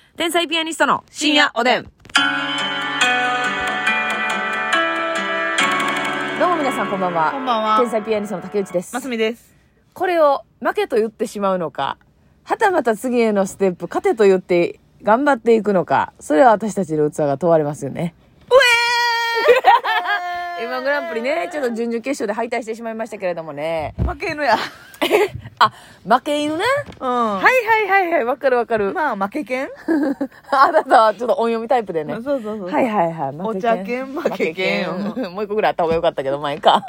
天才ピアニストの深夜おでん。どうも皆さんこんばんは。 こんばんは。 天才ピアニストの竹内です。 ますみです。 これを負けと言ってしまうのか、はたまた次へのステップ勝てと言って頑張っていくのか、それは私たちの器が問われますよね。M1 グランプリね、ちょっと準々決勝で敗退してしまいましたけれどもね。 負け犬や。 あ、負け犬ね。 うん。 はいはいはいはい、わかるわかる。 まあ、負け犬あなたはちょっと音読みタイプでね。 そうそうそう。 はいはいはい。 お茶犬、負け犬よ。 もう一個ぐらいあった方がよかったけど、前か。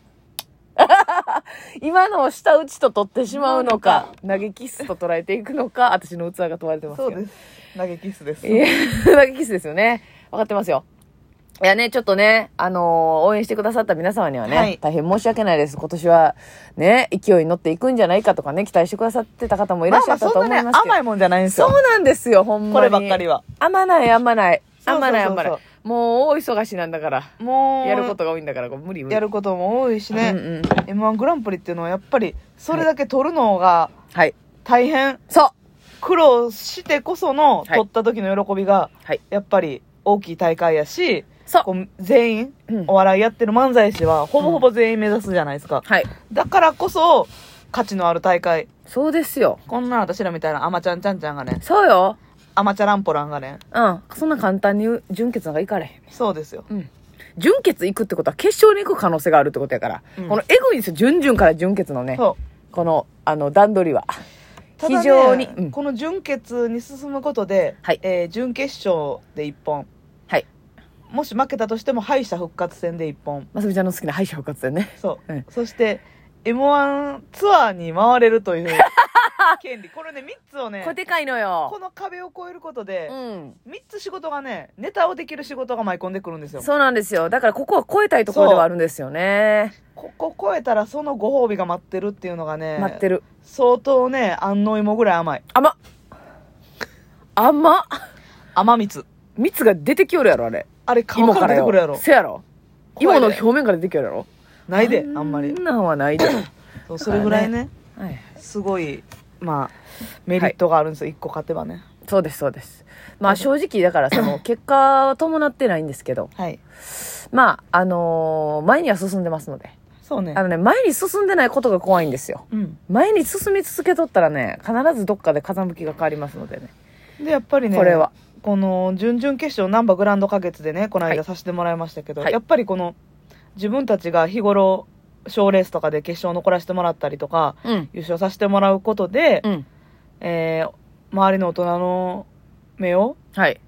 今のを舌打ちと取ってしまうのか、投げキッスと捉えていくのか、私の器が問われてますけど。 そうです。投げキスです。 投げキッスですよね。わかってますよ。いやね、ちょっとね、応援してくださった皆様にはね、 はい大変申し訳ないです。今年はね、勢いに乗っていくんじゃないかとかね、期待してくださってた方もいらっしゃったと思いますけど。 まあまあそんなね、甘いもんじゃないんですよ。 そうなんですよ、ほんまに。 こればっかりは。 甘ない。甘ない。 そうそうそうそう甘ない。もう大忙しなんだから。 もう、 やることが多いんだから、無理。 やることも多いしね。 うんうん。 M1 グランプリっていうのはやっぱり、それだけ取るのがはい。 大変。 そう。 苦労してこその、 はい取った時の喜びが、 はい。 やっぱり大きい大会やし、 そう。 こう全員、 うんお笑いやってる漫才師はほぼほぼ全員目指すじゃないですか。 はい。 だからこそ価値のある大会。 そうですよ。 こんな私らみたいなアマちゃんちゃんちゃんがね、 そうよ。 アマチャランポランがね、 うん。そんな簡単に準決なんかいかれへん。 そうですよ。 うん。準決行くってことは決勝に行く可能性があるってことやから。 うんこのエグいんですよ。準々から準決のね。 そう。 この、段取りは。 ただね非常に。うん。 この準決に進むことで、 はい準決勝で1本。 はい。 もし負けたとしても敗者復活戦で1本。 ますみちゃんの好きな敗者復活でね。 そう。 うんそして、M1 ツアーに回れるという権利。これね、3つをねこれ、でかいのよ。 この壁を越えることで、 うん。 3つ仕事がね、ネタをできる仕事が舞い込んでくるんですよ。 そうなんですよ。だからここは超えたいところではあるんですよね。 ここ超えたらそのご褒美が待ってるっていうのがね、 待ってる。 相当ね、安納芋ぐらい甘い。 甘甘蜜。 蜜が出てきよるやろ、あれ。 あれ、皮から出てくるやろ。 せやろ。 怖いで芋の表面から出てきよるやろ。 ないで、あんまりそ。んなんはないで。 そうそれぐらいね、 はい。 すごい、まあ、メリットがあるんですよ。1個勝てばね。 そうです、そうです。まあ正直、だからその結果は伴ってないんですけど、 はい。 まあ、前には進んでますので。 そうね。 前に進んでないことが怖いんですよ。 うん。 前に進み続けとったらね、必ずどっかで風向きが変わりますのでね。 で、やっぱりね、 これは。 この、準々決勝、ナンバーグランド花月でね、このはい間させてもらいましたけど、 はいやっぱりこの、自分たちが日頃、賞レースとかで決勝残らせてもらったりとか、 うん。 優勝させてもらうことで、 うん。 周りの大人の目を、 はい。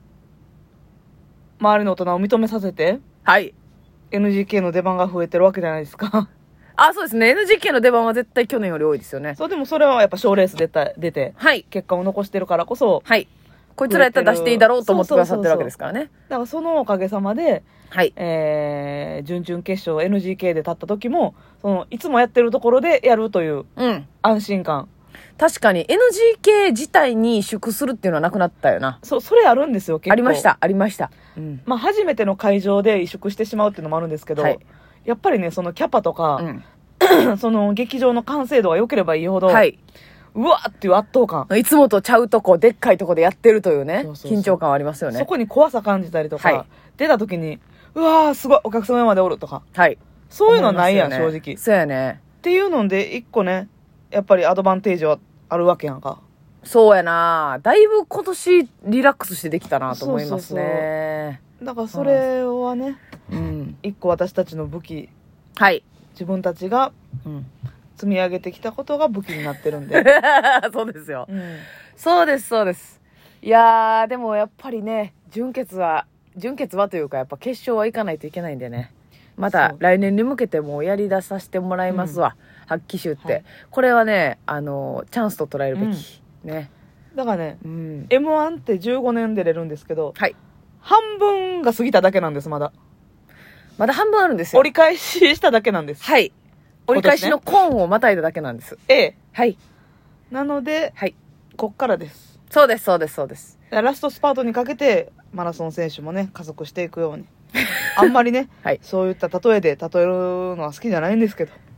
周りの大人を認めさせて、 はい。 NGK の出番が増えてるわけじゃないですか。 あ、そうですね。NGK の出番は絶対去年より多いですよね。 そう、でもそれはやっぱ賞レース出て、 はい。 結果を残してるからこそ、 はい。こいつらやったら出していいだろうと思ってくださってるわけですからね。 だからそのおかげさまで、 はい。 準々決勝 NGK で立った時も、いつもやってるところでやるといううん。 安心感。 確かに NGK 自体に縮するっていうのはなくなったよな。 それあるんですよ、結構。 ありまし。た、ありました。うん。 まあ、初めての会場で萎縮してしまうっていうのもあるんですけど、 はいやっぱりね、そのキャパとか、 うん。 その劇場の完成度が良ければいいほど、 はい。 うわーっていう圧倒感、 いつもとちゃうとこ、でっかいとこでやってるというね、 そうそうそう緊張感はありますよね。 そこに怖さ感じたりとか、 はい出た時に、うわーすごい、お客様までおるとか、 はい。 そういうのはないやん、 思ますよね正直。っそうやね。 ていうので、一個ね、やっぱりアドバンテージはあるわけやんか。 そうやな。だいぶ今年リラックスしてできたなと思いますね。 だからそれはね、 うん。 一個私たちの武器、 はい。 自分たちがうん。 積み上げてきたことが武器になってるんで。 そうですよ。 うんそうです、そうです。いやー、でもやっぱりね、準決はというか、やっぱ決勝は行かないといけないんでね。まそうた来年に向けてもうやり出させてもらいますわ。発揮集って、 はいこれはね、チャンスと捉えるべき。ね。 だからね、 うん。 M1 って15年出れるんですけど、 はい。 半分が過ぎただけなんです、まだ。 まだ半分あるんですよ。 折り返ししただけなんです。 はい。折り返しのコーンをまたいだだけなんです。 A。 はい。 なので、 はい。 こっからです。 そうです、そうです、そうです。 ラストスパートにかけて、マラソン選手もね、加速していくように。あんまりね、 はい。 そういった例えで例えるのは好きじゃないんですけど。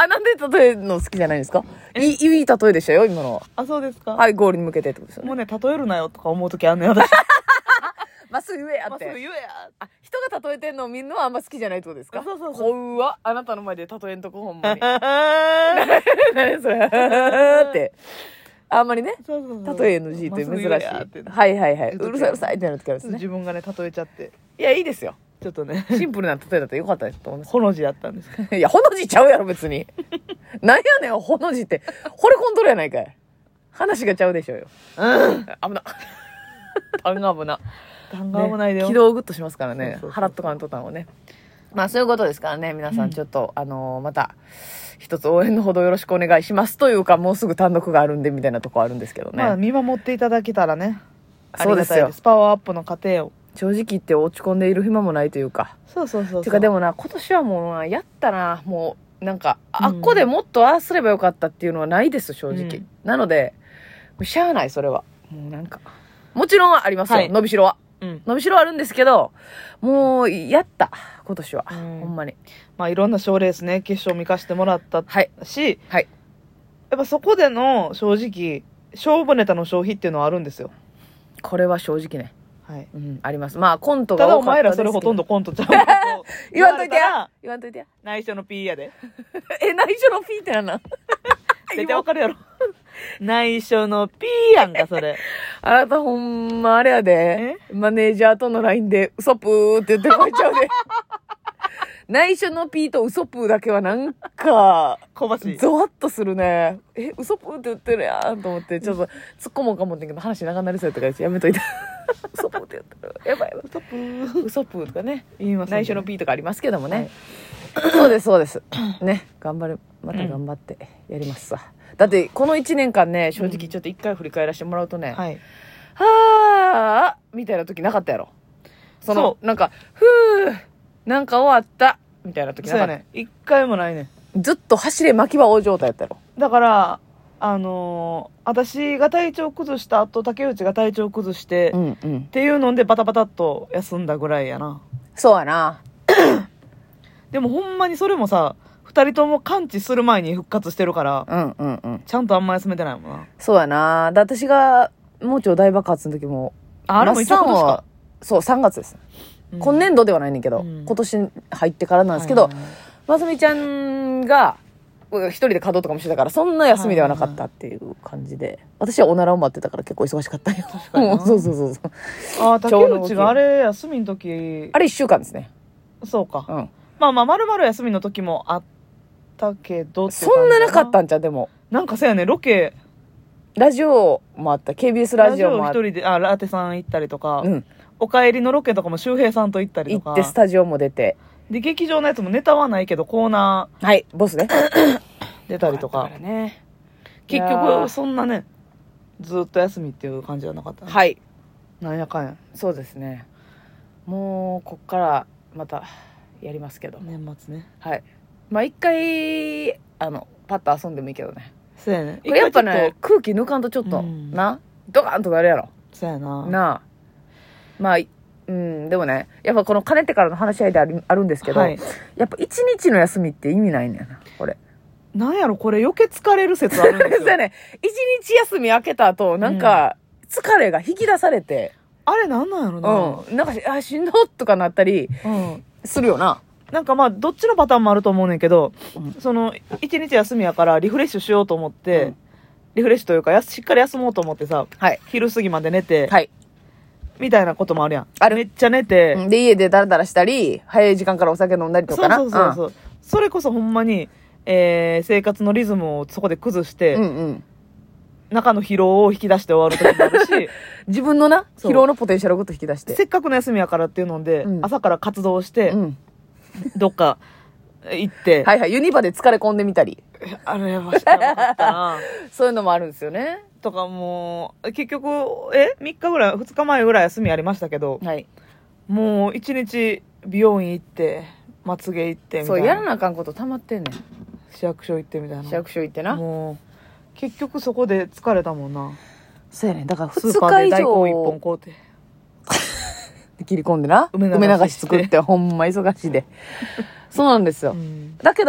あ、なんで例えるの好きじゃないんですか？いい例えでしたよ、今のは。 あ、そうですか。 はい、ゴールに向けてってことですよね。 もうね、例えるなよとか思うときあんねん、私。 まっすぐ言えやって。 まっすぐ言えや。 あ、人が例えてんのを見るのはあんま好きじゃないってことですか？ そうそうそうこうわ、あなたの前で例えんとこ、ほんまに。 そう何それって。あんまりね、 そうそう。 例え NG って珍しい。 まっすぐ言えやってはいはいはい。 言う時うるさいうるさいってなる時あるんですね。 自分がね、例えちゃって。 いや、いいですよ。 ちょっとね、 シンプルな例えだとよかったですと思います。 ほの字やったんですけど。 いや、ほの字ちゃうやろ、別に。なんやねん、ほの字って。惚れ込んどるやないかい。話がちゃうでしょうよ。 うん。 危な。単が危な。 単が危ないでよ。 軌道をグッとしますからね。 そうそうそう払っとかんとたんをね。まあ、そういうことですからね。皆さん、ちょっと、また、一つ応援のほどよろしくお願いします。というか、もうすぐ単独があるんで、みたいなとこあるんですけどね。 まあ、見守っていただけたらね。 そうですよありがたいパワーアップの過程を。 正直言って落ち込んでいる暇もないというか。 そうそうそうそう。 てかでもな、今年はもうな、やったな、もう、なんか、あっこでもっとああすればよかったっていうのはないです、正直。 うんなので、しゃあない、それは。もうなんか。もちろんありますよ、 はい伸びしろは。 うん。 伸びしろはあるんですけど、もう、やった、今年は。 うんほんまに。 まあ、いろんな賞レースね、決勝見かしてもらったはい。 し、 はい。 やっぱそこでの正直、勝負ネタの消費っていうのはあるんですよ。 これは正直ね。 はい。 うん、あります。まあ、コントただおが多かったですけど。 前らそれほとんどコントちゃう言わんといて言われたらや。言わんといてや。 内緒の P やで。 内緒のピーってなんなん？ 絶対わかるやろ。内緒の P やんか、それ。 あなたほんまあれやで。マネージャーとの LINE で、ウソプーって言ってもらっちゃうで。内緒のピーとウソプーだけはなんか、 小橋。 ゾワッとするね。ウソプーって言ってるやんと思って、ちょっと突っ込もうかもってんけど、話長くなりそうやったからやめといて。ウソプーって言ってる。やばいやばい。 ウソプー。 ウソプーとかね。 言いますね内緒のピーとかありますけどもね。そうです、そうです。ね。また頑張ってやりますわ。だって、この1年間ね、正直ちょっと一回振り返らせてもらうとね、 はい。 はぁーみたいな時なかったやろ。なんか、ふぅなんか終わったみたいな時なかった。 そうやね。一回もないね。 ずっと走れ巻き場王状態やったやろ。 だから、私が体調崩した後、竹内が体調崩して、 うんうん。 っていうのでバタバタっと休んだぐらいやな。 そうやな。 でもほんまにそれもさ、二人とも完治する前に復活してるから、 うんうんうん。 ちゃんとあんま休めてないもんな。 そうやな。で、私が、盲腸大爆発の時も、 あれも一応今年か。 そう、3月です。 うん今年度ではないねんけど、 うん今年入ってからなんですけど、 はいはいはいますみちゃんが、一人で稼働とかもしてたから、そんな休みではなかったっていう感じで、私はおならを待ってたから結構忙しかったよ。 かになそうそうそうそう。 ああ、竹内があれ、休みの時、 あれ1週間ですね。 そうか。 うん。 まあまあ、まるまる休みの時もあったけどっていうそんななかっ感たんじゃ、でも。 じなんかそうやね、ロケ、 ラジオもあった、KBS ラジオもあった。 一人で、ラテさん行ったりとか、 うん。 お帰りのロケとかも周平さんと行ったりとか。 行って、スタジオも出て。 で、劇場のやつもネタはないけど、コーナはい、ボスね。 ー出たりとかだら。ね。 結いやー局、そんなね、ずっと休みっていう感じじゃなかったね。 はい。 なんやかんや。 そうですね。もう、こっから、また、やりますけど。 年末ね。 はい。まあ、一回、パッと遊んでもいいけどね。 そうやね。 これやっぱ一回ちょね、空気抜かんとちょっと、 うんな、ドカーンとなるやろ。 そうやな。 なあ。まあ、でもね、やっぱこのかねてからの話し合いであるんですけど、 はいやっぱ一日の休みって意味ないねんな、これ。 なんやろ、これ余計疲れる説あるんですそうやよ。 ね、一日休み明けた後、なんか、疲れが引き出されて、 あれなんなんやろな。 うん、なんか、しんどっとかなったり、 うん。 するよな。 なんかまあ、どっちのパターンもあると思うねんけど、 うんその、一日休みやからリフレッシュしようと思って、 うんリフレッシュというかしっかり休もうと思ってさ、 はい。 昼過ぎまで寝て、 はい。 みたいなこともあるやん。 あるめっちゃ寝て、 で、家でダラダラしたり、早い時間からお酒飲んだりとそうかな。 そうそうそう、それこそほんまに、生活のリズムをそこで崩して、 うんうん。 中の疲労を引き出して終わる時もあるし、 自分のな、 そう疲労のポテンシャルをぐっと引き出して。 せっかくの休みやからっていうので、 うん朝から活動して、 うん。 どっか行って、 はいはい。ユニバで疲れ込んでみたり。 あれはしかなかったな。 そういうのもあるんですよね。 とかもう、結局、3日ぐらい、2日前ぐらい休みありましたけど、 はい。 もう1日美容院行って、まつげ行ってみたそう、 いな。 やらなあかんこと溜まってんねん。 市役所行ってみたいな。 市役所行ってな。 もう、結局そこで疲れたもんな。 そうやねん。だからスー 2日以パーで大根1 上本買うて。 切り込んでな。 梅流し梅流し作って、ほんま忙しいで。そうなんですよ。 うん。 だけど、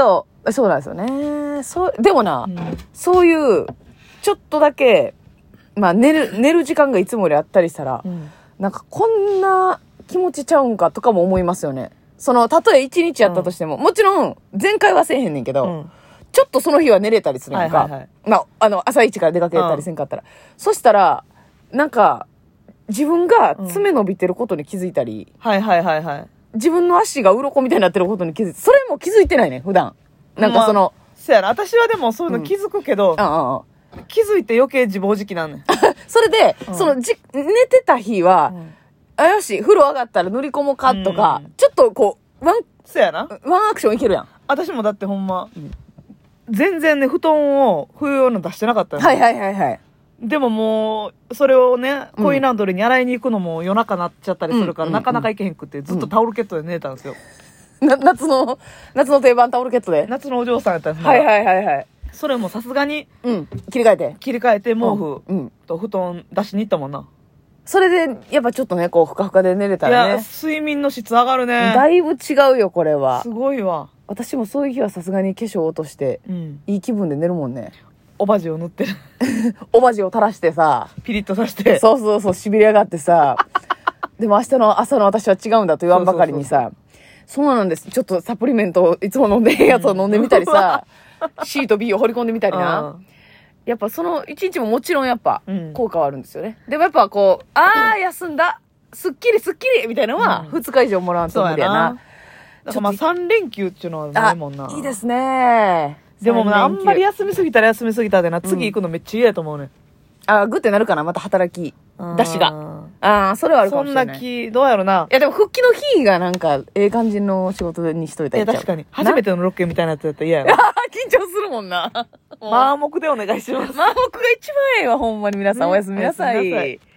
そうなんですよね。でもな、 うんそういう、ちょっとだけ、まあ寝る時間がいつもよりあったりしたら、 うんなんかこんな気持ちちゃうんかとかも思いますよね。たとえ1日やったとしても、もちろん、全開はせえへんねんけど、 うんちょっとその日は寝れたりするやんか。 はいはいはいまあ、朝一から出かけたりせんかったら。そしたら、なんか、自分が爪伸びてることに気づいたり、 はいはいはいはい。 自分の足が鱗みたいになってることに気づいて、それも気づいてないね、普段。なんかそやな。私はでもそういうの気づくけど、気づいて余計自暴自棄なんねん。 それで、 うん寝てた日は、よし、風呂上がったら塗り込もうかとか、ちょっとこう、 そやな。 ワンアクションいけるやん。 私もだってほんま、全然ね、布団を冬用の出してなかったの。 はいはいはいはい。 でももう、それをね、コインランドリーに洗いに行くのも夜中なっちゃったりするから、 うんなかなか行けへんくって、ずっとタオルケットで寝てたんですよ。 夏の定番タオルケットで。 夏のお嬢さんやったんですはいはいはいはい。 それもさすがに切り替えて。 切り替えて毛布うん。 と布団出しに行ったもんな。 それで、やっぱちょっとね、こう、ふかふかで寝れたいや、 らね。 睡眠の質上がるね。 だいぶ違うよ、これはす。ごいわ。 私もそういう日はさすがに化粧落として、 うん。 いい気分で寝るもんね。 おばじを塗ってる。 おばじを垂らしてさ、 ピリッとさして。 そうそうそう、痺れ上がってさ、でも明日の朝の私は違うんだと言わんばかりにさ、そうなんです。ちょっとサプリメントをいつも飲んでへんやつを飲んでみたりさ、C と B を掘り込んでみたりな。やっぱその一日ももちろんやっぱ効果はあるんですよね。でもやっぱこう、休んだ、すっきりすっきりみたいなのは2日以上もらわんと無理やな。 だからまあ3連休っていうのはないもんな。 いいですね。 でもあんまり休みすぎたら休みすぎたでな、次行くのめっちゃ嫌やと思うね。 グってなるかな、また働き出しが。それはあるかもしれない。 そんな気、どうやろな。 いやでも復帰の日がなんか、ええ感じの仕事にしといたらいいんちゃう。 確かに。初めてのロケみたいなやつやったら嫌やろ。 緊張するもんな。 盲目でお願いします。 盲目が一番ええわ、ほんまに皆さんおやすみなさい。